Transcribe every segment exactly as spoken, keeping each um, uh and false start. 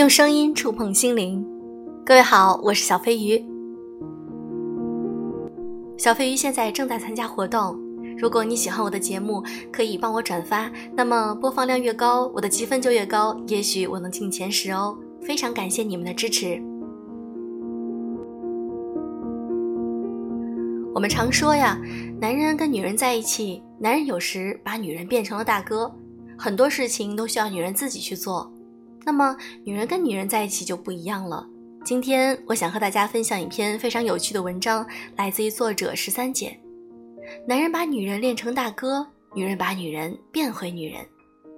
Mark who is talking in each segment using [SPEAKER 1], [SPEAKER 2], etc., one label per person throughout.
[SPEAKER 1] 用声音触碰心灵。各位好，我是小飞鱼。小飞鱼现在正在参加活动，如果你喜欢我的节目，可以帮我转发，那么播放量越高，我的积分就越高，也许我能进前十哦。非常感谢你们的支持。我们常说呀，男人跟女人在一起，男人有时把女人变成了大哥，很多事情都需要女人自己去做。那么女人跟女人在一起就不一样了。今天我想和大家分享一篇非常有趣的文章，来自于作者十三姐。男人把女人练成大哥，女人把女人变回女人。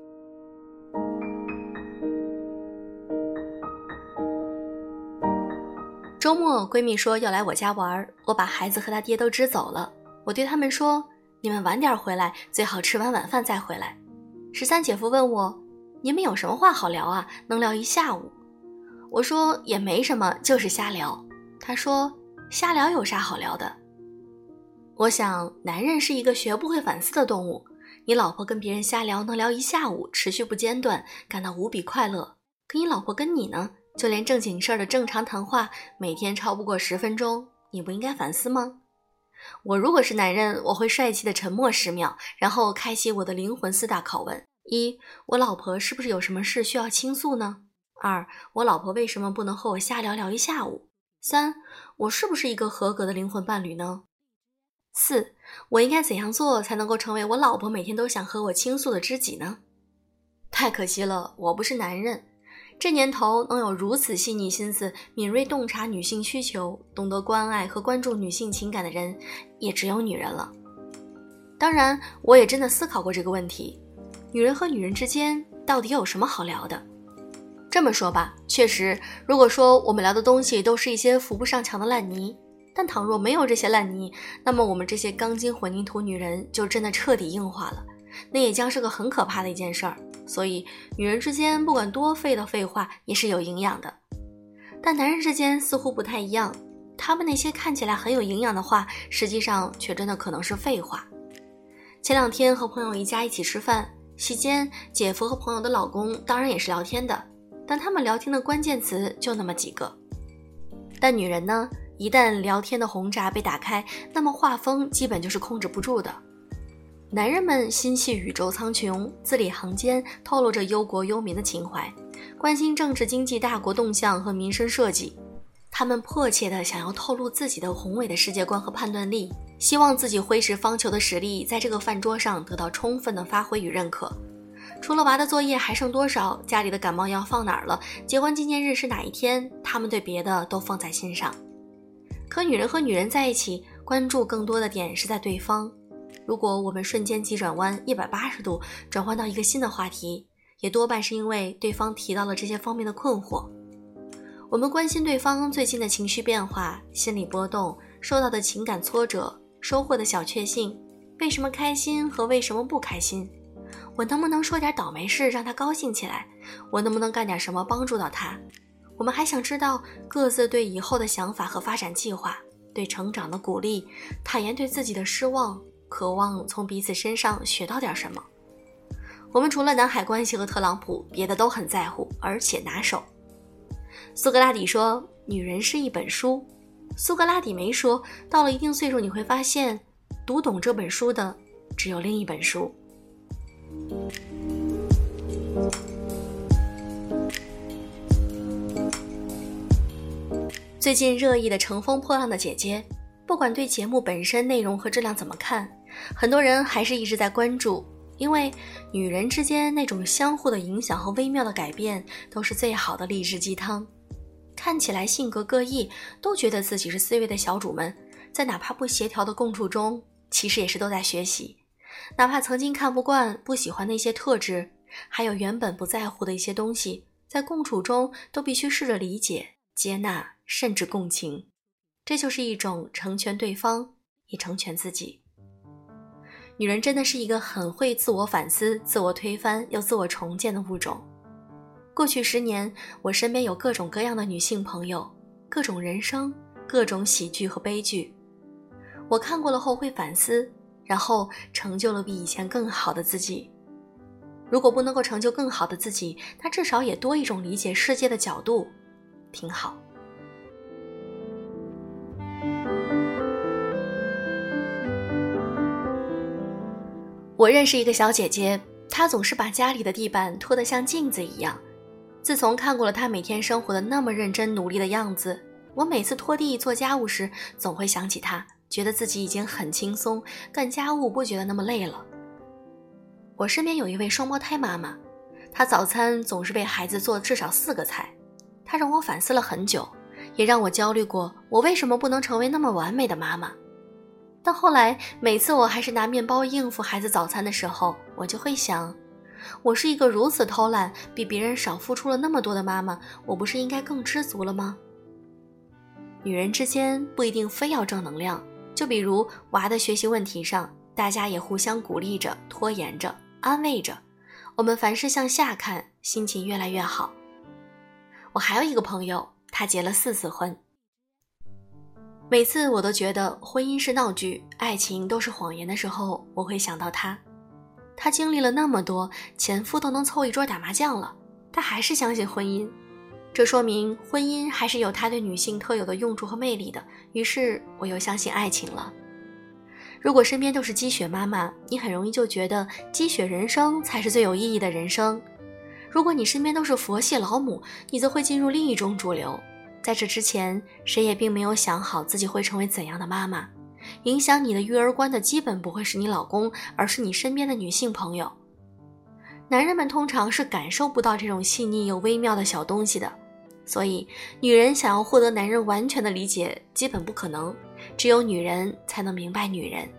[SPEAKER 1] 周末闺蜜说要来我家玩，我把孩子和他爹都支走了。我对他们说，你们晚点回来，最好吃完晚饭再回来。十三姐夫问我，你们有什么话好聊啊？能聊一下午。我说也没什么，就是瞎聊。他说瞎聊有啥好聊的？我想男人是一个学不会反思的动物，你老婆跟别人瞎聊能聊一下午，持续不间断，感到无比快乐。可你老婆跟你呢，就连正经事儿的正常谈话每天超不过十分钟，你不应该反思吗？我如果是男人，我会帅气的沉默十秒，然后开启我的灵魂四大拷问：一，我老婆是不是有什么事需要倾诉呢？二，我老婆为什么不能和我瞎聊聊一下午？三，我是不是一个合格的灵魂伴侣呢？四，我应该怎样做才能够成为我老婆每天都想和我倾诉的知己呢？太可惜了，我不是男人。这年头能有如此细腻心思，敏锐洞察女性需求，懂得关爱和关注女性情感的人，也只有女人了。当然，我也真的思考过这个问题，女人和女人之间到底有什么好聊的？这么说吧，确实，如果说我们聊的东西都是一些扶不上墙的烂泥，但倘若没有这些烂泥，那么我们这些钢筋混凝土女人就真的彻底硬化了，那也将是个很可怕的一件事儿。所以女人之间不管多废的废话也是有营养的，但男人之间似乎不太一样，他们那些看起来很有营养的话，实际上却真的可能是废话。前两天和朋友一家一起吃饭，席间姐夫和朋友的老公当然也是聊天的，但他们聊天的关键词就那么几个。但女人呢，一旦聊天的红闸被打开，那么画风基本就是控制不住的。男人们心系宇宙苍穹，字里行间透露着忧国忧民的情怀，关心政治经济大国动向和民生设计。他们迫切地想要透露自己的宏伟的世界观和判断力，希望自己挥斥方遒的实力在这个饭桌上得到充分的发挥与认可。除了娃的作业还剩多少，家里的感冒药放哪儿了，结婚纪念日是哪一天，他们对别的都放在心上。可女人和女人在一起，关注更多的点是在对方。如果我们瞬间急转弯一百八十度转换到一个新的话题，也多半是因为对方提到了这些方面的困惑。我们关心对方最近的情绪变化、心理波动、受到的情感挫折、收获的小确幸，为什么开心和为什么不开心，我能不能说点倒霉事让他高兴起来，我能不能干点什么帮助到他。我们还想知道各自对以后的想法和发展计划，对成长的鼓励，坦言对自己的失望，渴望从彼此身上学到点什么。我们除了南海关系和特朗普，别的都很在乎，而且拿手。苏格拉底说，女人是一本书。苏格拉底没说，到了一定岁数你会发现，读懂这本书的只有另一本书。最近热议的乘风破浪的姐姐，不管对节目本身内容和质量怎么看，很多人还是一直在关注，因为女人之间那种相互的影响和微妙的改变都是最好的励志鸡汤。看起来性格各异，都觉得自己是 C 位的小主们，在哪怕不协调的共处中，其实也是都在学习。哪怕曾经看不惯、不喜欢的一些特质，还有原本不在乎的一些东西，在共处中都必须试着理解、接纳，甚至共情。这就是一种成全对方，也成全自己。女人真的是一个很会自我反思、自我推翻又自我重建的物种。过去十年，我身边有各种各样的女性朋友，各种人生，各种喜剧和悲剧。我看过了后会反思，然后成就了比以前更好的自己。 如果不能够成就更好的自己，那至少也多一种理解世界的角度，挺好。我认识一个小姐姐，她总是把家里的地板拖得像镜子一样。自从看过了她每天生活的那么认真努力的样子，我每次拖地做家务时，总会想起她，觉得自己已经很轻松，干家务不觉得那么累了。我身边有一位双胞胎妈妈，她早餐总是为孩子做至少四个菜，她让我反思了很久，也让我焦虑过，我为什么不能成为那么完美的妈妈。但后来每次我还是拿面包应付孩子早餐的时候，我就会想，我是一个如此偷懒，比别人少付出了那么多的妈妈，我不是应该更知足了吗？女人之间不一定非要正能量，就比如娃的学习问题上，大家也互相鼓励着，拖延着，安慰着，我们凡事向下看，心情越来越好。我还有一个朋友，他结了四次婚。每次我都觉得婚姻是闹剧，爱情都是谎言的时候，我会想到他。他经历了那么多，前夫都能凑一桌打麻将了，他还是相信婚姻。这说明婚姻还是有它对女性特有的用处和魅力的，于是我又相信爱情了。如果身边都是鸡血妈妈，你很容易就觉得鸡血人生才是最有意义的人生。如果你身边都是佛系老母，你则会进入另一种主流。在这之前，谁也并没有想好自己会成为怎样的妈妈。影响你的育儿观的基本不会是你老公，而是你身边的女性朋友。男人们通常是感受不到这种细腻又微妙的小东西的，所以女人想要获得男人完全的理解，基本不可能，只有女人才能明白女人。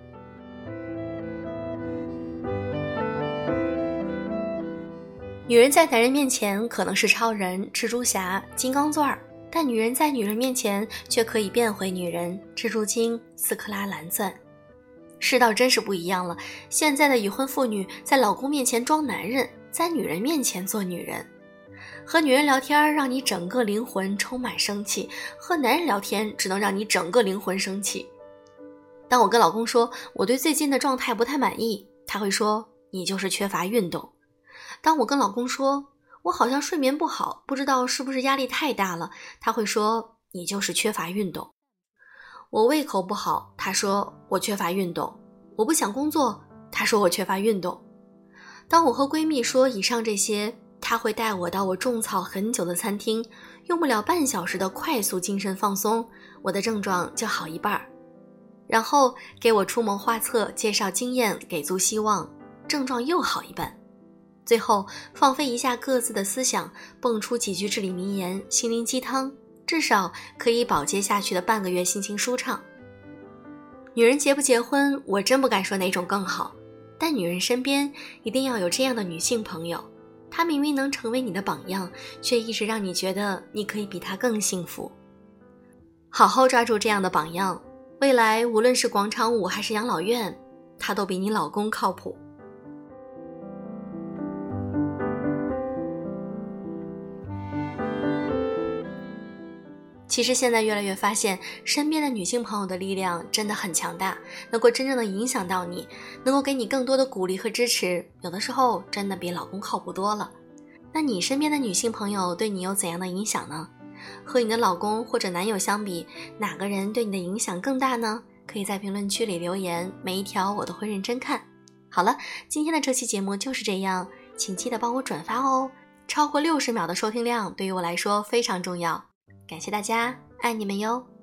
[SPEAKER 1] 女人在男人面前可能是超人、蜘蛛侠、金刚钻儿，但女人在女人面前却可以变回女人、蜘蛛精、斯克拉蓝钻。世道真是不一样了，现在的已婚妇女在老公面前装男人，在女人面前做女人。和女人聊天让你整个灵魂充满生气，和男人聊天只能让你整个灵魂生气。当我跟老公说我对最近的状态不太满意，他会说你就是缺乏运动。当我跟老公说我好像睡眠不好，不知道是不是压力太大了，他会说你就是缺乏运动。我胃口不好，他说我缺乏运动。我不想工作，他说我缺乏运动。当我和闺蜜说以上这些，他会带我到我种草很久的餐厅，用不了半小时的快速精神放松，我的症状就好一半，然后给我出谋划策，介绍经验，给足希望，症状又好一半。最后放飞一下各自的思想，蹦出几句至理名言、心灵鸡汤，至少可以保接下去的半个月心情舒畅。女人结不结婚，我真不敢说哪种更好，但女人身边一定要有这样的女性朋友，她明明能成为你的榜样，却一直让你觉得你可以比她更幸福。好好抓住这样的榜样，未来无论是广场舞还是养老院，她都比你老公靠谱。其实现在越来越发现，身边的女性朋友的力量真的很强大，能够真正的影响到你，能够给你更多的鼓励和支持，有的时候真的比老公靠谱多了。那你身边的女性朋友对你有怎样的影响呢？和你的老公或者男友相比，哪个人对你的影响更大呢？可以在评论区里留言，每一条我都会认真看。好了，今天的这期节目就是这样，请记得帮我转发哦，超过六十秒的收听量对于我来说非常重要。感谢大家，爱你们哟。